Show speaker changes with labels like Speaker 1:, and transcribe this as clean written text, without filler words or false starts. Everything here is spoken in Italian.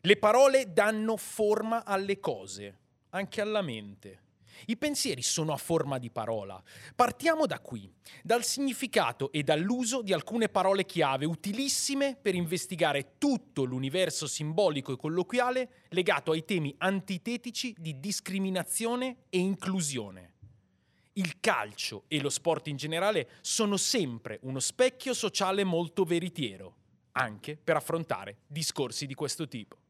Speaker 1: Le parole danno forma alle cose, anche alla mente. I pensieri sono a forma di parola. Partiamo da qui, dal significato e dall'uso di alcune parole chiave utilissime per investigare tutto l'universo simbolico e colloquiale legato ai temi antitetici di discriminazione e inclusione. Il calcio e lo sport in generale sono sempre uno specchio sociale molto veritiero, anche per affrontare discorsi di questo tipo.